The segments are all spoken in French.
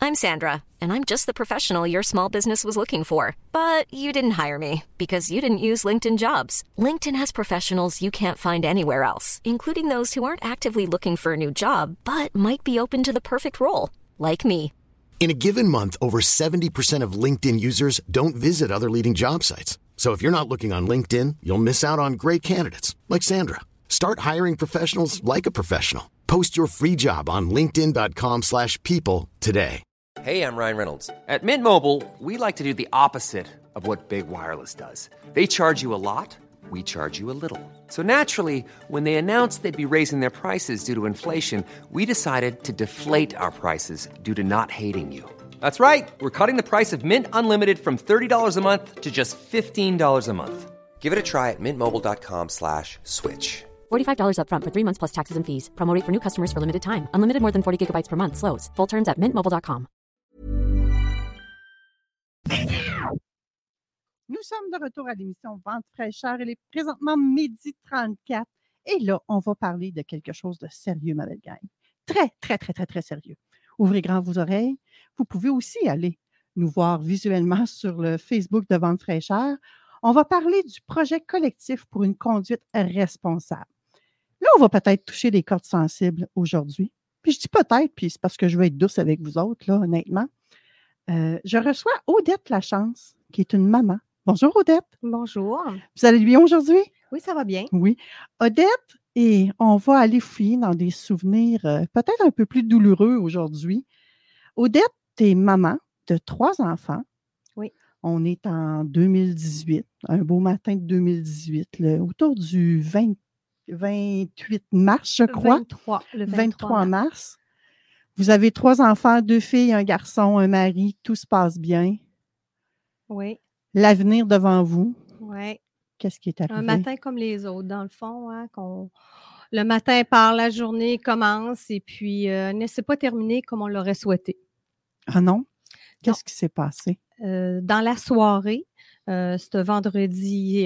I'm Sandra, and I'm just the professional your small business was looking for. But you didn't hire me because you didn't use LinkedIn Jobs. LinkedIn has professionals you can't find anywhere else, including those who aren't actively looking for a new job, but might be open to the perfect role, like me. In a given month, over 70% of LinkedIn users don't visit other leading job sites. So if you're not looking on LinkedIn, you'll miss out on great candidates like Sandra. Start hiring professionals like a professional. Post your free job on linkedin.com/people today. Hey, I'm Ryan Reynolds. At Mint Mobile, we like to do the opposite of what Big Wireless does. They charge you a lot, we charge you a little. So naturally, when they announced they'd be raising their prices due to inflation, we decided to deflate our prices due to not hating you. That's right. We're cutting the price of Mint Unlimited from $30 a month to just $15 a month. Give it a try at mintmobile.com/switch. $45 up front for 3 months plus taxes and fees. Promo rate for new customers for limited time. Unlimited more than 40 gigabytes per month. Slows full terms at mintmobile.com. Nous sommes de retour à l'émission Vente fraîcheur. Elle est présentement 12h34. Et là, on va parler de quelque chose de sérieux, ma belle gang. Très, très, très, très, très sérieux. Ouvrez grand vos oreilles. Vous pouvez aussi aller nous voir visuellement sur le Facebook de Vente fraîcheur. On va parler du projet collectif pour une conduite responsable. Là, on va peut-être toucher des cordes sensibles aujourd'hui. Puis je dis peut-être, puis c'est parce que je veux être douce avec vous autres, là, honnêtement. Je reçois Odette Lachance, qui est une maman. Bonjour, Odette. Bonjour. Vous allez bien aujourd'hui? Oui, ça va bien. Oui. Odette, et on va aller fouiller dans des souvenirs peut-être un peu plus douloureux aujourd'hui. Odette, tu es maman de 3 enfants. Oui. On est en 2018, un beau matin de 2018, autour du 28 mars, je crois. Le 23 mars. Vous avez 3 enfants, 2 filles, un garçon, un mari. Tout se passe bien. Oui. L'avenir devant vous. Oui. Qu'est-ce qui est arrivé? Un matin comme les autres, dans le fond. Hein, le matin part, la journée commence et puis ne s'est pas terminée comme on l'aurait souhaité. Ah non? Qu'est-ce qui s'est passé? Dans la soirée, ce vendredi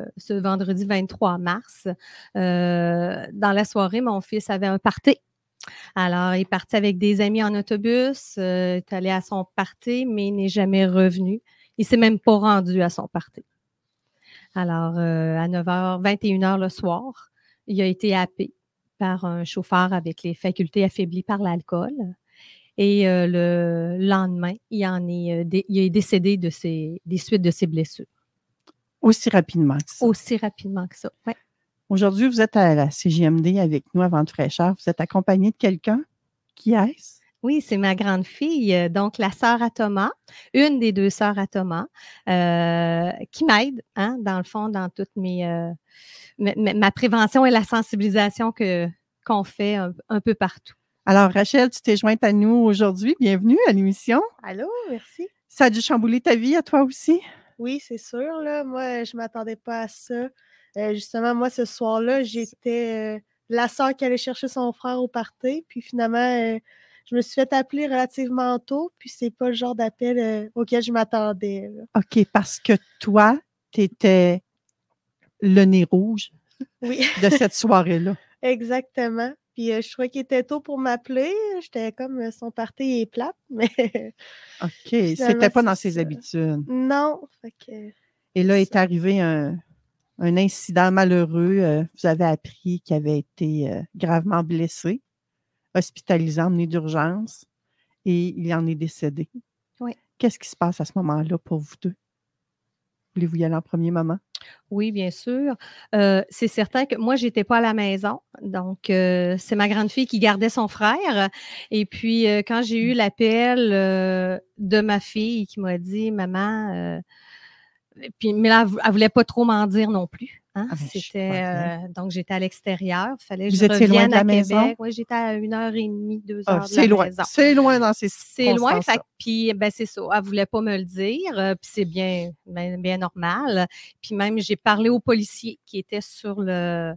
23 mars, dans la soirée, mon fils avait un party. Alors, il est parti avec des amis en autobus, est allé à son party, mais il n'est jamais revenu. Il ne s'est même pas rendu à son party. Alors, à 9h, 21h le soir, il a été happé par un chauffeur avec les facultés affaiblies par l'alcool. Et le lendemain, il est décédé des suites de ses blessures. Aussi rapidement que ça? Aussi rapidement que ça, oui. Aujourd'hui, vous êtes à la CJMD avec nous à Vente fraîcheur. Vous êtes accompagné de quelqu'un? Qui est-ce? Oui, c'est ma grande fille, donc la sœur à Thomas, une des 2 sœurs à Thomas, qui m'aide, hein, dans le fond, dans toute ma prévention et la sensibilisation qu'on fait un peu partout. Alors, Rachel, tu t'es jointe à nous aujourd'hui. Bienvenue à l'émission. Allô, merci. Ça a dû chambouler ta vie à toi aussi? Oui, c'est sûr. Là. Moi, je ne m'attendais pas à ça. Justement, moi, ce soir-là, j'étais la sœur qui allait chercher son frère au party. Puis finalement, je me suis fait appeler relativement tôt. Puis c'est pas le genre d'appel auquel je m'attendais. Là. OK, parce que toi, tu étais le nez rouge de cette soirée-là. Exactement. Puis je trouvais qu'il était tôt pour m'appeler. J'étais comme son party est plate, mais. OK, c'était pas dans ses habitudes. Non. Fait que, et là est arrivé un incident malheureux. Vous avez appris qu'il avait été gravement blessé, hospitalisé, emmené d'urgence, et il en est décédé. Oui. Qu'est-ce qui se passe à ce moment-là pour vous deux? Voulez-vous y aller en premier, maman? Oui, bien sûr. C'est certain que moi, je n'étais pas à la maison. Donc, c'est ma grande fille qui gardait son frère. Et puis, quand j'ai eu l'appel de ma fille qui m'a dit « Maman… mais là, elle ne voulait pas trop m'en dire non plus. Hein? Donc, j'étais à l'extérieur. Il fallait que je revienne à Québec. Oui, j'étais à 1h30, 2 heures de la maison. C'est loin dans ces C'est loin. Puis, c'est ça. Elle ne voulait pas me le dire. Puis, c'est bien normal. Puis, même, j'ai parlé aux policiers qui étaient sur parce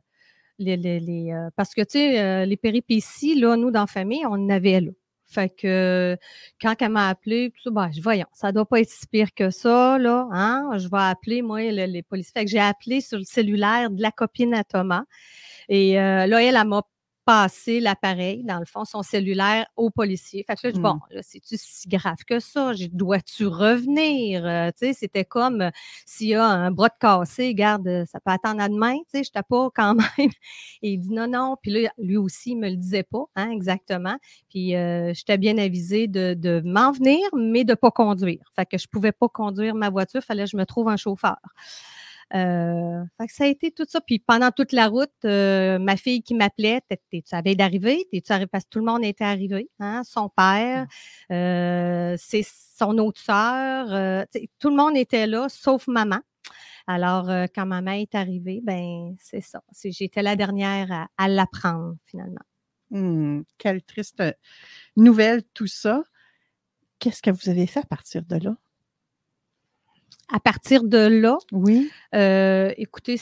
que, tu sais, les péripéties, là, nous, dans la famille, on en avait là. Fait que quand elle m'a appelé, voyons, ça doit pas être si pire que ça, là, hein? Je vais appeler, moi, les policiers. Fait que j'ai appelé sur le cellulaire de la copine à Thomas. Et là, elle m'a passer l'appareil, dans le fond, son cellulaire au policier. Fait que là, je dis, bon, là, c'est-tu si grave que ça? Dois-tu revenir? Tu sais, c'était comme s'il y a un bras de cassé, regarde, ça peut attendre à demain, tu sais, je t'ai pas quand même. Et il dit non, non. Puis là, lui aussi, il me le disait pas, hein, exactement. Puis j'étais bien avisée de m'en venir, mais de pas conduire. Fait que je pouvais pas conduire ma voiture, fallait que je me trouve un chauffeur. Fait que ça a été tout ça. Puis pendant toute la route, ma fille qui m'appelait, t'es-tu à veille d'arriver? T'es-tu arrivé? Parce que tout le monde était arrivé, hein? Son père, c'est son autre sœur, tout le monde était là, sauf maman. Alors, quand maman est arrivée, ben c'est ça. J'étais la dernière à l'apprendre, finalement. Quelle triste nouvelle, tout ça. Qu'est-ce que vous avez fait à partir de là? À partir de là, Oui. écoutez,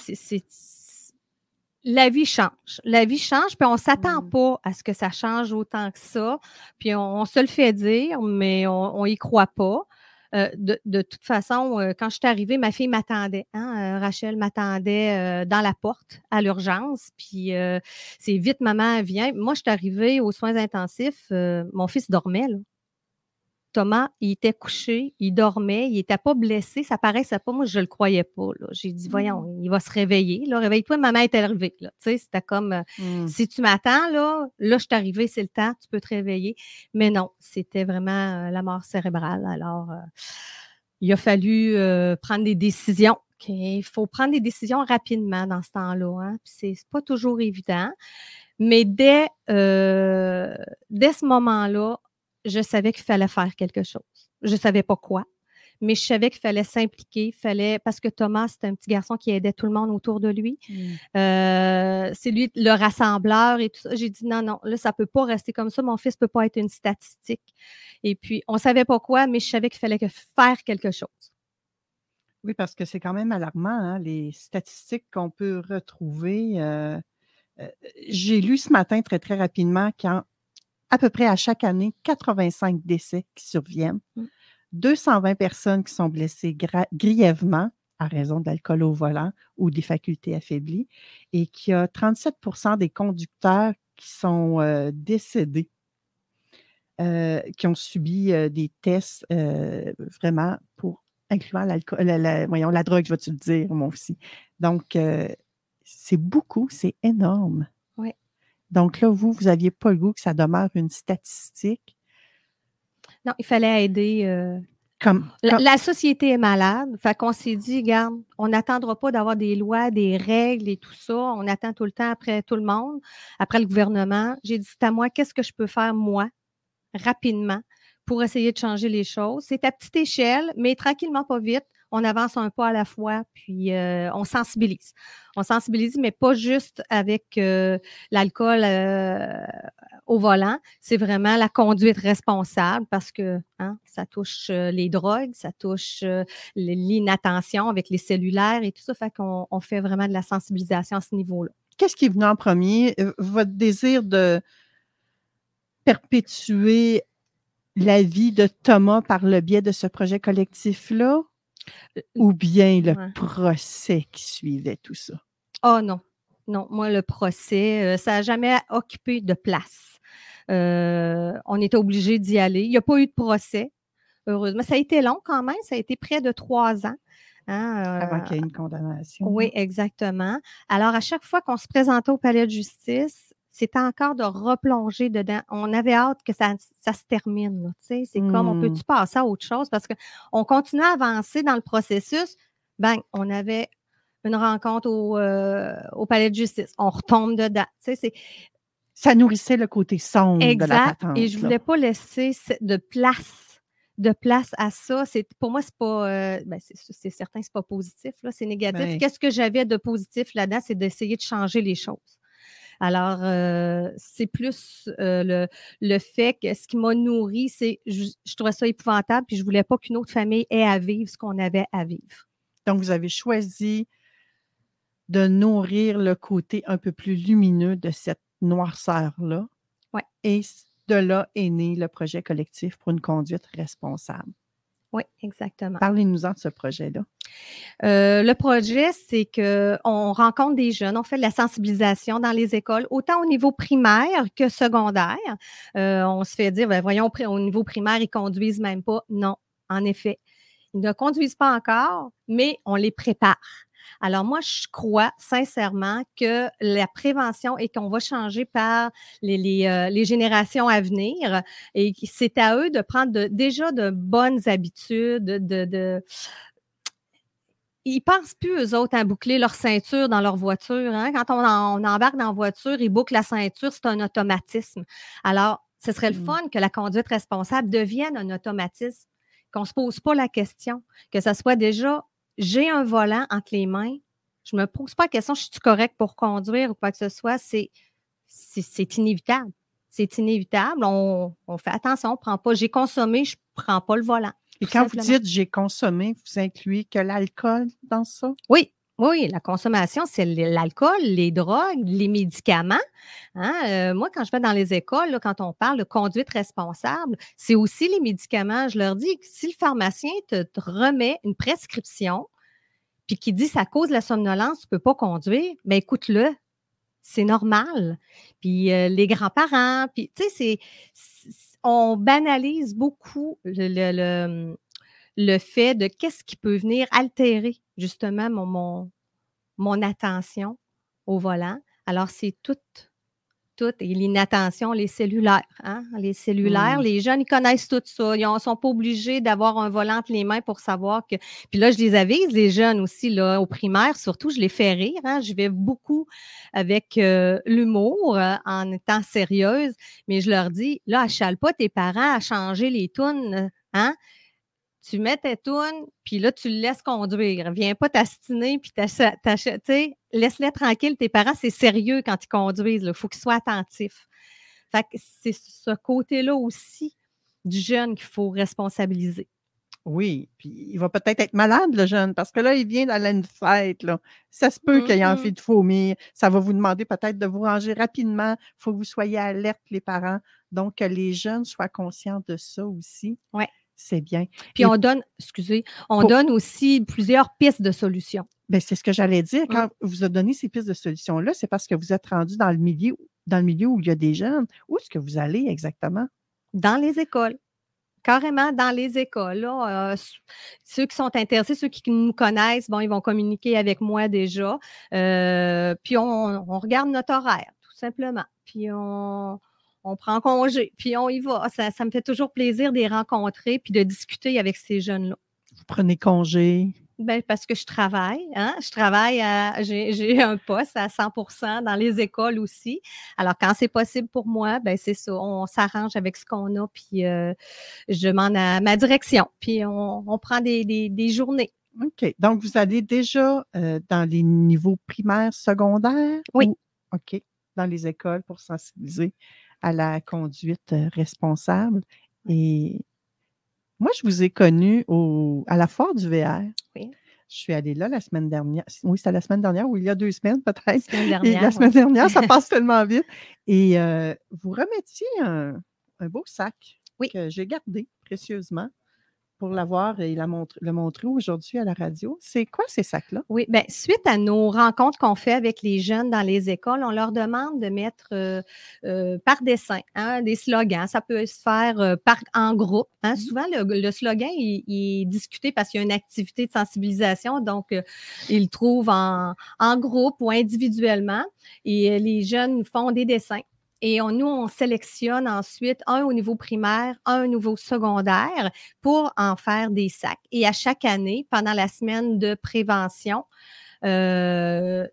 la vie change. La vie change, puis on ne s'attend pas à ce que ça change autant que ça. Puis on se le fait dire, mais on y croit pas. De toute façon, quand je suis arrivée, ma fille m'attendait. Hein, Rachel m'attendait dans la porte à l'urgence. Puis c'est vite, maman, viens. Moi, je suis arrivée aux soins intensifs. Mon fils dormait, là. Thomas, il était couché, il dormait, il n'était pas blessé, ça paraissait pas. Moi, je ne le croyais pas, là. J'ai dit, voyons, il va se réveiller. Là, réveille-toi, maman est arrivée. Là. Tu sais, c'était comme, si tu m'attends, là, je suis arrivée, c'est le temps, tu peux te réveiller. Mais non, c'était vraiment la mort cérébrale. Alors, il a fallu prendre des décisions. Il faut prendre des décisions rapidement dans ce temps-là. Hein. Puis c'est pas toujours évident. Mais dès ce moment-là, je savais qu'il fallait faire quelque chose. Je ne savais pas quoi, mais je savais qu'il fallait s'impliquer. Parce que Thomas, c'était un petit garçon qui aidait tout le monde autour de lui. C'est lui le rassembleur et tout ça. J'ai dit non, là, ça ne peut pas rester comme ça. Mon fils ne peut pas être une statistique. Et puis, on ne savait pas quoi, mais je savais qu'il fallait faire quelque chose. Oui, parce que c'est quand même alarmant, hein, les statistiques qu'on peut retrouver. J'ai lu ce matin très, très rapidement à peu près à chaque année, 85 décès qui surviennent, 220 personnes qui sont blessées grièvement à raison de l'alcool au volant ou des facultés affaiblies, et qu'il y a 37% des conducteurs qui sont décédés, qui ont subi des tests vraiment incluant l'alcool, la drogue, je vais te le dire, moi aussi. Donc, c'est beaucoup, c'est énorme. Oui. Donc là, vous n'aviez pas le goût que ça demeure une statistique? Non, il fallait aider. La société est malade. Fait qu'on s'est dit, regarde, on n'attendra pas d'avoir des lois, des règles et tout ça. On attend tout le temps après tout le monde, après le gouvernement. J'ai dit, c'est à moi, qu'est-ce que je peux faire, moi, rapidement, pour essayer de changer les choses? C'est à petite échelle, mais tranquillement, pas vite. On avance un pas à la fois, puis on sensibilise. On sensibilise, mais pas juste avec l'alcool au volant. C'est vraiment la conduite responsable parce que ça touche les drogues, ça touche l'inattention avec les cellulaires et tout ça. Fait qu'on fait vraiment de la sensibilisation à ce niveau-là. Qu'est-ce qui est venu en premier? Votre désir de perpétuer la vie de Thomas par le biais de ce projet collectif-là? Ou bien le procès qui suivait tout ça? Oh non. Non, moi, le procès, ça n'a jamais occupé de place. On était obligé d'y aller. Il n'y a pas eu de procès, heureusement. Ça a été long quand même. Ça a été près de 3 ans. Avant qu'il y ait une condamnation. Oui, exactement. Alors, à chaque fois qu'on se présentait au palais de justice, c'était encore de replonger dedans. On avait hâte que ça se termine. Là, c'est comme, on peut-tu passer à autre chose? Parce qu'on continuait à avancer dans le processus. Bang, on avait une rencontre au palais de justice. On retombe dedans. Ça nourrissait le côté sombre de la patente. Et je ne voulais pas laisser de place à ça. Pour moi, c'est pas c'est certain que c'est pas positif, là, c'est négatif. Qu'est-ce que j'avais de positif là-dedans? C'est d'essayer de changer les choses. Alors, c'est plus le fait que ce qui m'a nourri, c'est je trouvais ça épouvantable, puis je ne voulais pas qu'une autre famille ait à vivre ce qu'on avait à vivre. Donc, vous avez choisi de nourrir le côté un peu plus lumineux de cette noirceur-là. Oui. Et de là est né le projet collectif pour une conduite responsable. Oui, exactement. Parlez-nous-en de ce projet-là. Le projet, c'est qu'on rencontre des jeunes, on fait de la sensibilisation dans les écoles, autant au niveau primaire que secondaire. On se fait dire, ben, voyons, au niveau primaire, ils conduisent même pas. Non, en effet, ils ne conduisent pas encore, mais on les prépare. Alors moi, je crois sincèrement que la prévention et qu'on va changer par les générations à venir et que c'est à eux de prendre déjà de bonnes habitudes, ils pensent plus, eux autres, à boucler leur ceinture dans leur voiture. Hein? Quand on embarque dans la voiture, ils bouclent la ceinture, c'est un automatisme. Alors, ce serait le fun que la conduite responsable devienne un automatisme, qu'on ne se pose pas la question, que ça soit déjà, j'ai un volant entre les mains, je ne me pose pas la question, je suis correct pour conduire ou quoi que ce soit, c'est inévitable. C'est inévitable. On fait attention, on ne prend pas, j'ai consommé, je ne prends pas le volant. Et quand vous dites « j'ai consommé », vous incluez que l'alcool dans ça? Oui, la consommation, c'est l'alcool, les drogues, les médicaments. Hein? Moi, quand je vais dans les écoles, là, quand on parle de conduite responsable, c'est aussi les médicaments. Je leur dis que si le pharmacien te remet une prescription puis qui dit ça cause la somnolence, tu ne peux pas conduire, bien écoute-le. C'est normal. Puis les grands-parents, puis tu sais, on banalise beaucoup le fait de qu'est-ce qui peut venir altérer justement mon attention au volant. Alors, c'est tout, et l'inattention, les cellulaires. Hein? Les cellulaires, les jeunes, ils connaissent tout ça. Ils ne sont pas obligés d'avoir un volant entre les mains pour savoir que... Puis là, je les avise, les jeunes aussi, là, au primaire, surtout, je les fais rire. Hein? Je vais beaucoup avec l'humour en étant sérieuse, mais je leur dis, là, achale pas tes parents à changer les tounes, hein? Tu mets tes tounes, puis là, tu le laisses conduire. Viens pas t'astiner, puis tu sais, laisse-les tranquilles. Tes parents, c'est sérieux quand ils conduisent. Il faut qu'ils soient attentifs. Fait que c'est ce côté-là aussi du jeune qu'il faut responsabiliser. Oui, puis il va peut-être être malade, le jeune, parce que là, il vient d'aller à une fête, là. Ça se peut qu'il ait envie de vomir. Ça va vous demander peut-être de vous ranger rapidement. Il faut que vous soyez alertes, les parents. Donc, que les jeunes soient conscients de ça aussi. Oui. C'est bien. Puis on donne aussi plusieurs pistes de solutions. Bien, c'est ce que j'allais dire. Quand vous avez donné ces pistes de solutions-là, c'est parce que vous êtes rendu dans le milieu où il y a des jeunes. Où est-ce que vous allez exactement? Dans les écoles. Carrément dans les écoles. Là, ceux qui sont intéressés, ceux qui nous connaissent, bon, ils vont communiquer avec moi déjà. Puis on regarde notre horaire, tout simplement. Puis on prend congé, puis on y va. Ça me fait toujours plaisir de les rencontrer puis de discuter avec ces jeunes-là. Vous prenez congé? Bien, parce que je travaille. Hein? J'ai un poste à 100% dans les écoles aussi. Alors, quand c'est possible pour moi, bien, c'est ça. On s'arrange avec ce qu'on a, puis je demande à ma direction. Puis on prend des journées. OK. Donc, vous allez déjà dans les niveaux primaires, secondaires? Oui. OK. Dans les écoles pour sensibiliser à la conduite responsable. Et moi, je vous ai connu à la foire du VR. Oui. Je suis allée là la semaine dernière. Oui, c'était la semaine dernière ou il y a 2 semaines peut-être. La semaine dernière, ça passe tellement vite. Et vous remettiez un beau sac que j'ai gardé précieusement pour l'avoir et le montrer aujourd'hui à la radio. C'est quoi ces sacs-là? Oui, bien, suite à nos rencontres qu'on fait avec les jeunes dans les écoles, on leur demande de mettre par dessin des slogans. Ça peut se faire en groupe. Hein. Souvent, le slogan il est discuté parce qu'il y a une activité de sensibilisation, donc ils le trouvent en groupe ou individuellement. Et les jeunes font des dessins. Et nous, on sélectionne ensuite un au niveau primaire, un au niveau secondaire pour en faire des sacs. Et à chaque année, pendant la semaine de prévention, nous,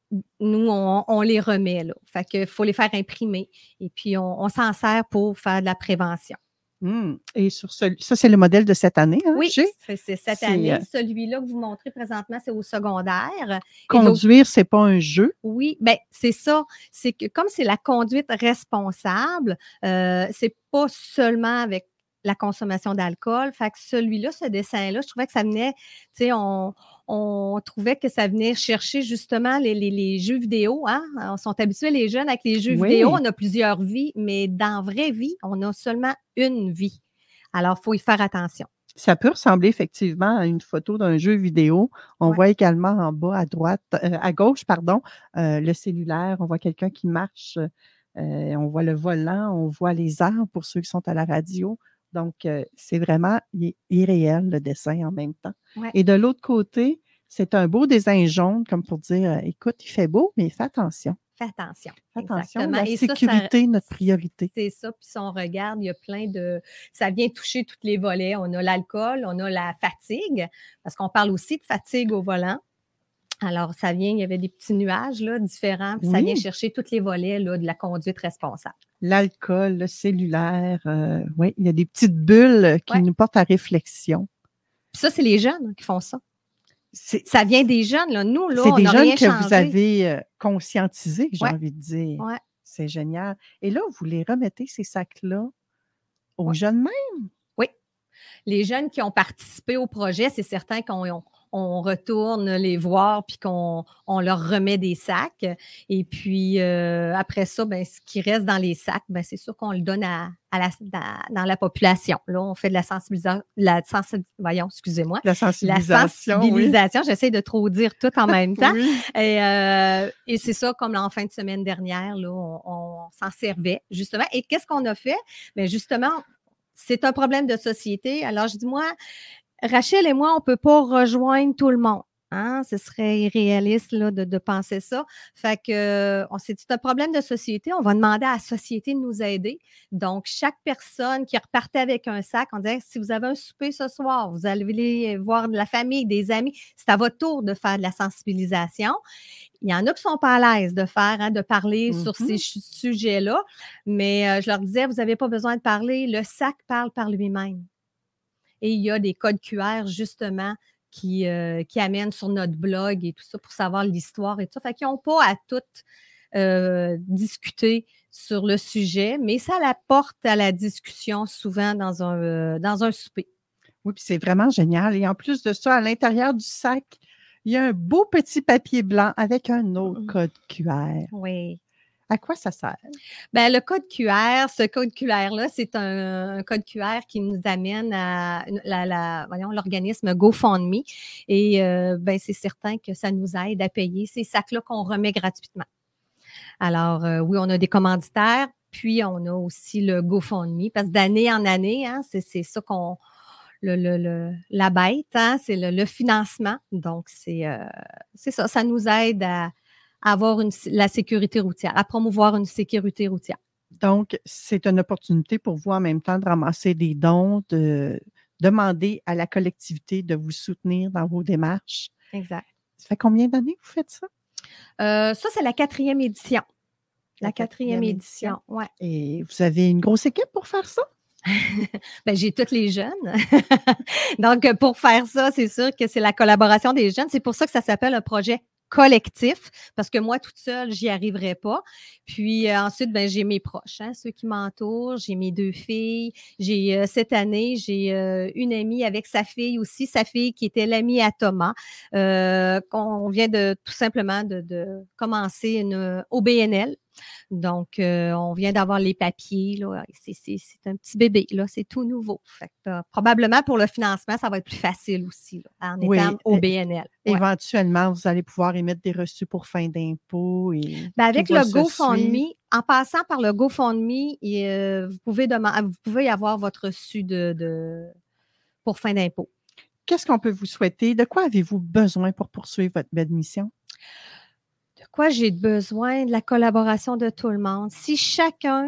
on les remet. Là. Fait qu'il faut les faire imprimer. Et puis, on s'en sert pour faire de la prévention. Et sur ça, c'est le modèle de cette année. Hein, oui, c'est cette année. Celui-là que vous montrez présentement, c'est au secondaire. Conduire, c'est pas un jeu. Oui, bien, c'est ça. C'est que comme c'est la conduite responsable, c'est pas seulement avec la consommation d'alcool. Fait que celui-là, ce dessin-là, je trouvais que ça venait, tu sais, on trouvait que ça venait chercher justement les jeux vidéo. Hein? On sont habitués, les jeunes, avec les jeux vidéo. On a plusieurs vies, mais dans la vraie vie, on a seulement une vie. Alors, il faut y faire attention. Ça peut ressembler effectivement à une photo d'un jeu vidéo. On Ouais. voit également en bas à droite, à gauche, pardon, le cellulaire. On voit quelqu'un qui marche. On voit le volant, on voit les arbres pour ceux qui sont à la radio. Donc, c'est vraiment irréel le dessin en même temps. Ouais. Et de l'autre côté, c'est un beau dessin jaune, comme pour dire, écoute, il fait beau, mais fais attention. Fais attention. Fais attention, Exactement. la Et sécurité, notre priorité. c'est ça. Puis si on regarde, il y a plein de. Ça vient toucher tous les volets. On a l'alcool, on a la fatigue, parce qu'on parle aussi de fatigue au volant. Alors, ça vient, il y avait des petits nuages là, différents, puis ça vient Oui. chercher tous les volets là, de la conduite responsable. L'alcool, le cellulaire, oui, il y a des petites bulles qui Ouais. nous portent à réflexion. Puis ça, c'est les jeunes qui font ça. C'est Ça vient des jeunes. Là. Nous, là, c'est on des n'a jeunes rien que changé. vous avez conscientisés, j'ai Ouais. envie de dire. Ouais. C'est génial. Et là, vous les remettez, ces sacs-là, aux Ouais. jeunes même? Oui. Les jeunes qui ont participé au projet, c'est certain qu'on retourne les voir puis qu'on leur remet des sacs. Et puis, après ça, ben, ce qui reste dans les sacs, ben, c'est sûr qu'on le donne dans la population. Là, on fait de la sensibilisation. Voyons, excusez-moi. La La sensibilisation, sensibilisation, j'essaie de trop dire tout en même temps. Oui. Et c'est ça, comme en fin de semaine dernière, là, on s'en servait, justement. Et qu'est-ce qu'on a fait? Bien, justement, c'est un problème de société. Alors, je dis, moi, Rachel et moi, on ne peut pas rejoindre tout le monde. Hein? Ce serait irréaliste là, de penser ça. Fait que c'est un problème de société. On va demander à la société de nous aider. Donc, chaque personne qui repartait avec un sac, on disait, si vous avez un souper ce soir, vous allez voir de la famille, des amis, c'est à votre tour de faire de la sensibilisation. Il y en a qui ne sont pas à l'aise de faire, hein, de parler sur ces sujets-là, mais je leur disais, vous n'avez pas besoin de parler, le sac parle par lui-même. Et il y a des codes QR, justement, qui amènent sur notre blog et tout ça pour savoir l'histoire et tout ça. Fait qu'ils n'ont pas à tout discuter sur le sujet, mais ça l'apporte à la discussion souvent dans un souper. Oui, puis c'est vraiment génial. Et en plus de ça, à l'intérieur du sac, il y a un beau petit papier blanc avec un autre code QR. Oui. À quoi ça sert? Bien, le code QR, ce code QR-là, c'est un code QR qui nous amène à l'organisme GoFundMe. Et ben, c'est certain que ça nous aide à payer ces sacs-là qu'on remet gratuitement. Alors, oui, on a des commanditaires, puis on a aussi le GoFundMe, parce que d'année en année, hein, c'est ça qu'on... la bête, hein, c'est le financement. Donc, c'est ça. Ça nous aide à avoir la sécurité routière, à promouvoir une sécurité routière. Donc, c'est une opportunité pour vous en même temps de ramasser des dons, de demander à la collectivité de vous soutenir dans vos démarches. Exact. Ça fait combien d'années que vous faites ça? Ça, c'est la 4e édition. La 4e édition, oui. Et vous avez une grosse équipe pour faire ça? Bien, j'ai tous les jeunes. Donc, pour faire ça, c'est sûr que c'est la collaboration des jeunes. C'est pour ça que ça s'appelle un projet collectif, parce que moi, toute seule, j'y arriverais pas. Puis ensuite, ben, j'ai mes proches, hein, ceux qui m'entourent. J'ai mes 2 filles. Cette année, j'ai une amie avec sa fille aussi, sa fille qui était l'amie à Thomas. On vient tout simplement de commencer une OBNL. Donc, on vient d'avoir les papiers. Là. C'est un petit bébé, là. C'est tout nouveau. Fait que, probablement, pour le financement, ça va être plus facile aussi, là, en étant au BNL. Ouais. Éventuellement, vous allez pouvoir émettre des reçus pour fin d'impôt. Ben, avec le GoFundMe, en passant par le GoFundMe, vous pouvez avoir votre reçu pour fin d'impôt. Qu'est-ce qu'on peut vous souhaiter? De quoi avez-vous besoin pour poursuivre votre belle mission? De quoi j'ai besoin? De la collaboration de tout le monde. Si chacun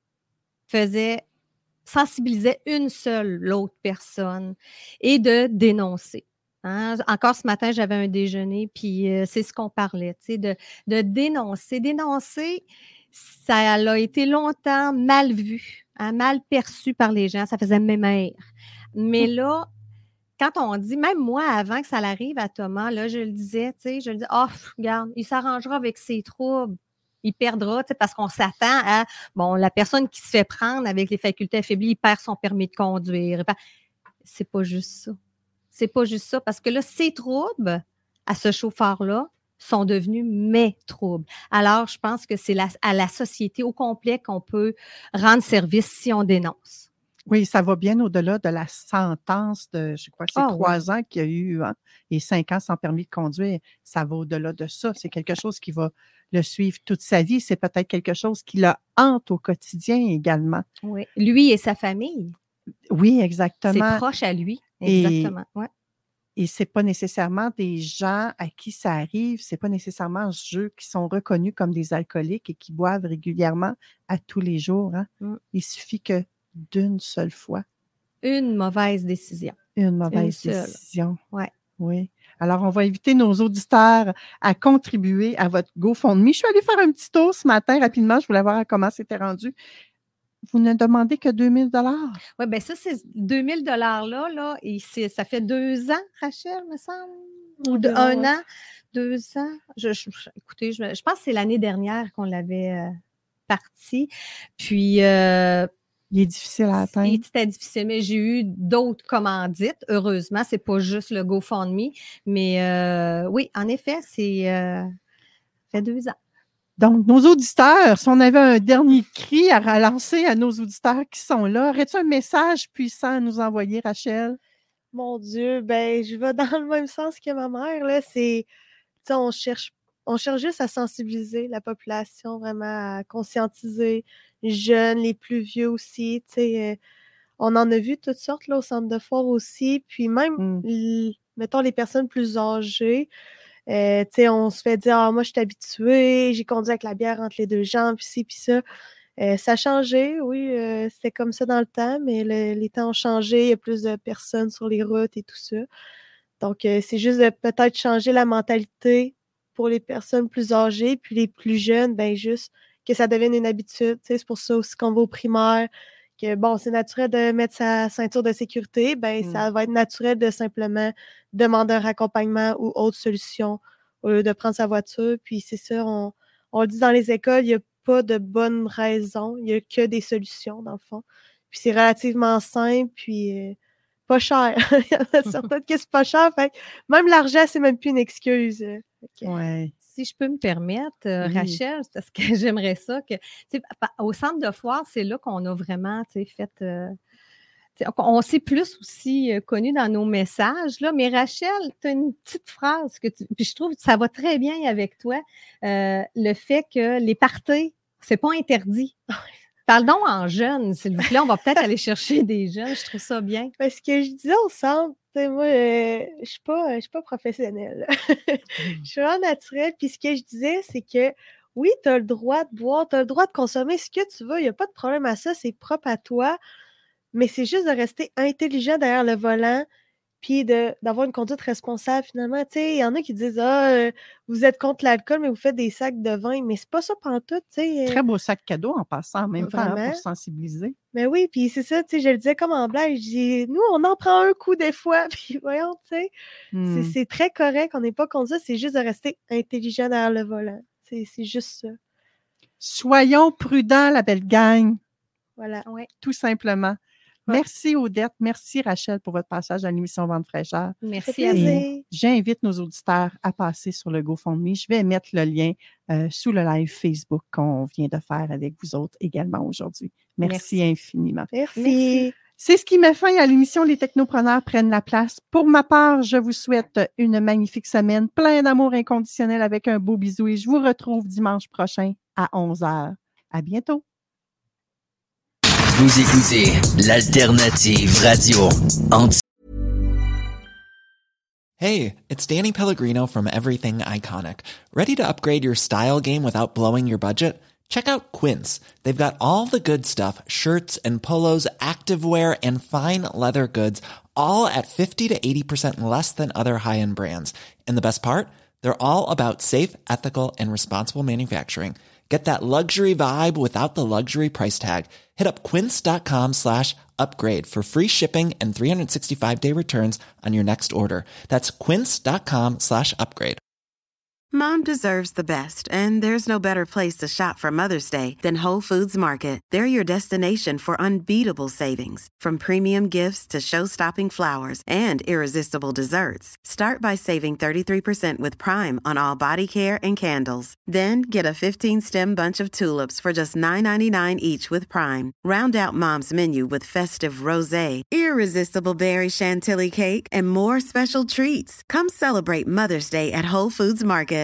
sensibilisait une seule l'autre personne et de dénoncer. Hein? Encore ce matin, j'avais un déjeuner, puis c'est ce qu'on parlait, de dénoncer. Dénoncer, ça a été longtemps mal vu, hein, mal perçu par les gens. Ça faisait mémère. Mais là, quand on dit, même moi, avant que ça arrive à Thomas, là, je le disais, regarde, il s'arrangera avec ses troubles. Il perdra, parce qu'on s'attend à, la personne qui se fait prendre avec les facultés affaiblies, il perd son permis de conduire. C'est pas juste ça. C'est pas juste ça, parce que là, ces troubles à ce chauffeur-là sont devenus mes troubles. Alors, je pense que c'est à la société au complet qu'on peut rendre service si on dénonce. Oui, ça va bien au-delà de la sentence de, je crois que c'est 3 ans qu'il y a eu, hein, et 5 ans sans permis de conduire. Ça va au-delà de ça. C'est quelque chose qui va le suivre toute sa vie. C'est peut-être quelque chose qui le hante au quotidien également. Oui, lui et sa famille. Oui, C'est exactement. proche à lui. Et, Exactement. Ouais. et c'est pas nécessairement des gens à qui ça arrive. C'est pas nécessairement ceux qui sont reconnus comme des alcooliques et qui boivent régulièrement à tous les jours. Hein. Il suffit que d'une seule fois. Une mauvaise décision. Une mauvaise décision. Ouais. Oui. Alors, on va inviter nos auditeurs à contribuer à votre GoFundMe. Je suis allée faire un petit tour ce matin rapidement. Je voulais voir comment c'était rendu. Vous ne demandez que 2000 $. Oui, bien ça, c'est 2000 $ là, et ça fait 2 ans, Rachel, me semble, ou un an, 2 ans. Écoutez, je pense que c'est l'année dernière qu'on l'avait parti. Puis, il est difficile à atteindre. C'était difficile, mais j'ai eu d'autres commandites. Heureusement, c'est pas juste le GoFundMe. Mais oui, en effet, ça fait 2 ans. Donc, nos auditeurs, si on avait un dernier cri à lancer à nos auditeurs qui sont là, aurais-tu un message puissant à nous envoyer, Rachel? Mon Dieu, ben je vais dans le même sens que ma mère, là. C'est, on cherche juste à sensibiliser la population, vraiment à conscientiser les jeunes, les plus vieux aussi, on en a vu toutes sortes là, au centre de foire aussi, puis même, mettons, les personnes plus âgées, on se fait dire « Ah, moi, je suis habituée, j'ai conduit avec la bière entre les 2 jambes, puis ci, puis ça. » Ça a changé, oui, c'était comme ça dans le temps, mais les temps ont changé, il y a plus de personnes sur les routes et tout ça. Donc, c'est juste de peut-être changer la mentalité pour les personnes plus âgées, puis les plus jeunes, ben juste que ça devienne une habitude. C'est pour ça aussi qu'on va au primaire, que bon, c'est naturel de mettre sa ceinture de sécurité, ben ça va être naturel de simplement demander un raccompagnement ou autre solution au lieu de prendre sa voiture. Puis c'est ça, on le dit dans les écoles, il n'y a pas de bonne raison, il n'y a que des solutions dans le fond. Puis c'est relativement simple, puis pas cher. Il y en a certaines qui c'est pas cher, fait même l'argent, c'est même plus une excuse. Ouais. Si je peux me permettre, Rachel, parce que j'aimerais ça que, au centre de foire, c'est là qu'on a vraiment fait, on s'est plus aussi connu dans nos messages, là, mais Rachel, tu as une petite phrase puis je trouve que ça va très bien avec toi, le fait que les parties, c'est pas interdit. Parle donc en jeunes, s'il vous plaît. On va peut-être aller chercher des jeunes. Je trouve ça bien. Parce que je disais au centre, moi, je suis pas professionnelle. Je suis vraiment naturelle. Puis ce que je disais, c'est que oui, tu as le droit de boire, tu as le droit de consommer ce que tu veux. Il n'y a pas de problème à ça. C'est propre à toi. Mais c'est juste de rester intelligent derrière le volant. Puis d'avoir une conduite responsable, finalement. Tu sais, il y en a qui disent « Ah, vous êtes contre l'alcool, mais vous faites des sacs de vin. » Mais c'est pas ça pantoute, tu sais. Très beau sac cadeau en passant, en même temps, Vraiment. pour sensibiliser. Mais oui, puis c'est ça, tu sais, je le disais comme en blague. Je dis « Nous, on en prend un coup des fois. » Puis voyons, tu sais, c'est très correct. On n'est pas contre ça. C'est juste de rester intelligent derrière le volant. C'est juste ça. Soyons prudents, la belle gang. Voilà. Ouais. Tout simplement. Merci Odette, merci Rachel pour votre passage à l'émission Vente fraîcheur. Merci à vous. J'invite nos auditeurs à passer sur le GoFundMe. Je vais mettre le lien sous le live Facebook qu'on vient de faire avec vous autres également aujourd'hui. Merci infiniment. Merci. C'est ce qui met fin à l'émission Les Technopreneurs prennent la place. Pour ma part, je vous souhaite une magnifique semaine, plein d'amour inconditionnel avec un beau bisou et je vous retrouve dimanche prochain à 11h. À bientôt. Vous écoutez l'Alternative Radio. Hey, it's Danny Pellegrino from Everything Iconic. Ready to upgrade your style game without blowing your budget? Check out Quince. They've got all the good stuff, shirts and polos, activewear, and fine leather goods, all at 50 to 80% less than other high-end brands. And the best part? They're all about safe, ethical, and responsible manufacturing. Get that luxury vibe without the luxury price tag. Hit up quince.com/upgrade for free shipping and 365-day returns on your next order. That's quince.com/upgrade. Mom deserves the best, and there's no better place to shop for Mother's Day than Whole Foods Market. They're your destination for unbeatable savings, from premium gifts to show-stopping flowers and irresistible desserts. Start by saving 33% with Prime on all body care and candles. Then get a 15-stem bunch of tulips for just $9.99 each with Prime. Round out Mom's menu with festive rosé, irresistible berry chantilly cake, and more special treats. Come celebrate Mother's Day at Whole Foods Market.